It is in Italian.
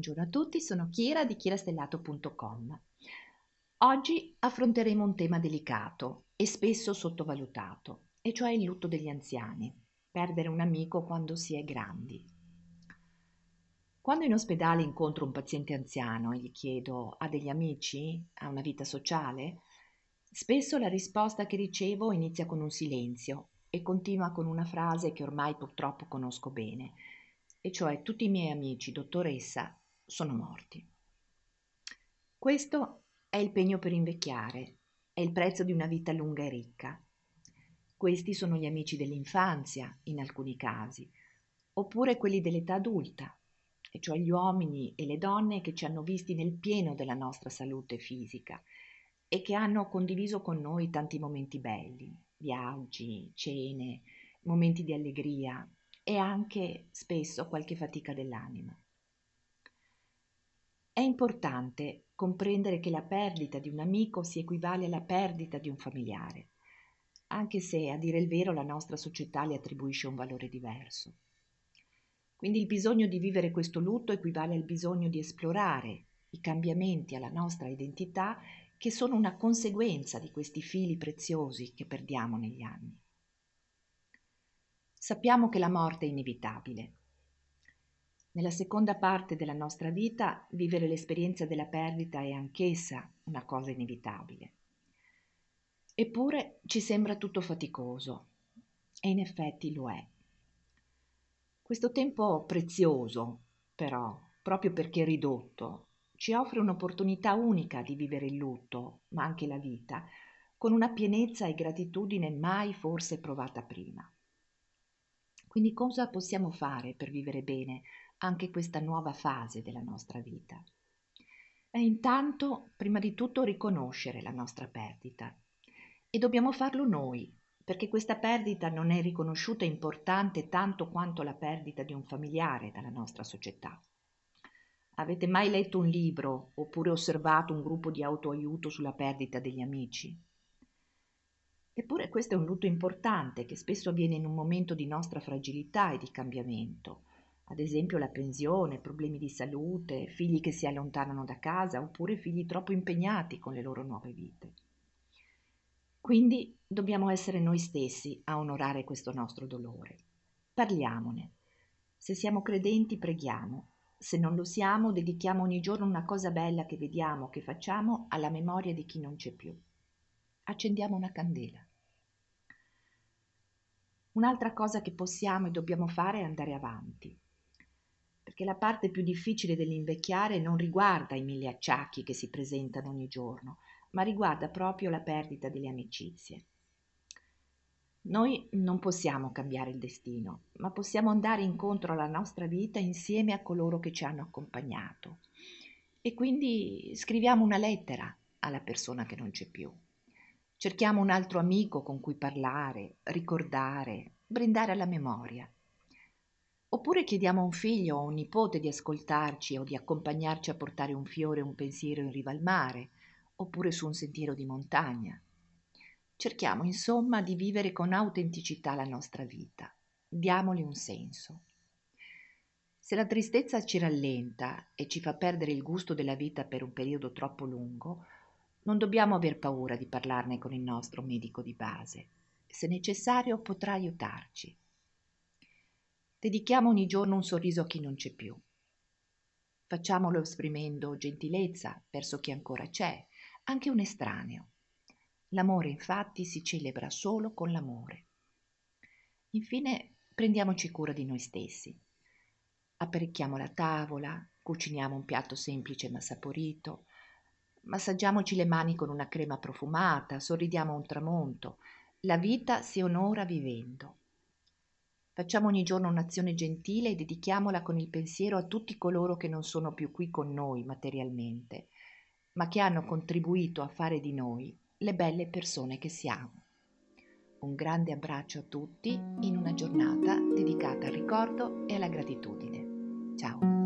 Buongiorno a tutti, sono Chiara di chiarastellato.com. Oggi affronteremo un tema delicato e spesso sottovalutato, e cioè il lutto degli anziani, perdere un amico quando si è grandi. Quando in ospedale incontro un paziente anziano e gli chiedo: ha degli amici? Ha una vita sociale? Spesso la risposta che ricevo inizia con un silenzio e continua con una frase che ormai purtroppo conosco bene, e cioè: tutti i miei amici, dottoressa, sono morti. Questo è il pegno per invecchiare, è il prezzo di una vita lunga e ricca. Questi sono gli amici dell'infanzia, in alcuni casi, oppure quelli dell'età adulta, e cioè gli uomini e le donne che ci hanno visti nel pieno della nostra salute fisica e che hanno condiviso con noi tanti momenti belli, viaggi, cene, momenti di allegria e anche spesso qualche fatica dell'anima. È importante comprendere che la perdita di un amico si equivale alla perdita di un familiare, anche se a dire il vero la nostra società le attribuisce un valore diverso. Quindi il bisogno di vivere questo lutto equivale al bisogno di esplorare i cambiamenti alla nostra identità che sono una conseguenza di questi fili preziosi che perdiamo negli anni. Sappiamo che la morte è inevitabile. Nella seconda parte della nostra vita, vivere l'esperienza della perdita è anch'essa una cosa inevitabile. Eppure ci sembra tutto faticoso, e in effetti lo è. Questo tempo prezioso, però, proprio perché ridotto, ci offre un'opportunità unica di vivere il lutto, ma anche la vita, con una pienezza e gratitudine mai forse provata prima. Quindi cosa possiamo fare per vivere bene anche questa nuova fase della nostra vita? E intanto, prima di tutto, riconoscere la nostra perdita. E dobbiamo farlo noi, perché questa perdita non è riconosciuta e importante tanto quanto la perdita di un familiare dalla nostra società. Avete mai letto un libro oppure osservato un gruppo di autoaiuto sulla perdita degli amici? Eppure questo è un lutto importante che spesso avviene in un momento di nostra fragilità e di cambiamento, ad esempio la pensione, problemi di salute, figli che si allontanano da casa oppure figli troppo impegnati con le loro nuove vite. Quindi dobbiamo essere noi stessi a onorare questo nostro dolore. Parliamone. Se siamo credenti, preghiamo. Se non lo siamo, dedichiamo ogni giorno una cosa bella che vediamo, che facciamo, alla memoria di chi non c'è più. Accendiamo una candela. Un'altra cosa che possiamo e dobbiamo fare è andare avanti, perché la parte più difficile dell'invecchiare non riguarda i mille acciacchi che si presentano ogni giorno, ma riguarda proprio la perdita delle amicizie. Noi non possiamo cambiare il destino, ma possiamo andare incontro alla nostra vita insieme a coloro che ci hanno accompagnato. E quindi scriviamo una lettera alla persona che non c'è più. Cerchiamo un altro amico con cui parlare, ricordare, brindare alla memoria. Oppure chiediamo a un figlio o a un nipote di ascoltarci o di accompagnarci a portare un fiore o un pensiero in riva al mare, oppure su un sentiero di montagna. Cerchiamo insomma di vivere con autenticità la nostra vita. Diamole un senso. Se la tristezza ci rallenta e ci fa perdere il gusto della vita per un periodo troppo lungo, non dobbiamo aver paura di parlarne con il nostro medico di base. Se necessario potrà aiutarci. Dedichiamo ogni giorno un sorriso a chi non c'è più. Facciamolo esprimendo gentilezza verso chi ancora c'è, anche un estraneo. L'amore infatti si celebra solo con l'amore. Infine prendiamoci cura di noi stessi. Apparecchiamo la tavola, cuciniamo un piatto semplice ma saporito, massaggiamoci le mani con una crema profumata, sorridiamo a un tramonto. La vita si onora vivendo. Facciamo ogni giorno un'azione gentile e dedichiamola con il pensiero a tutti coloro che non sono più qui con noi materialmente, ma che hanno contribuito a fare di noi le belle persone che siamo. Un grande abbraccio a tutti in una giornata dedicata al ricordo e alla gratitudine. Ciao!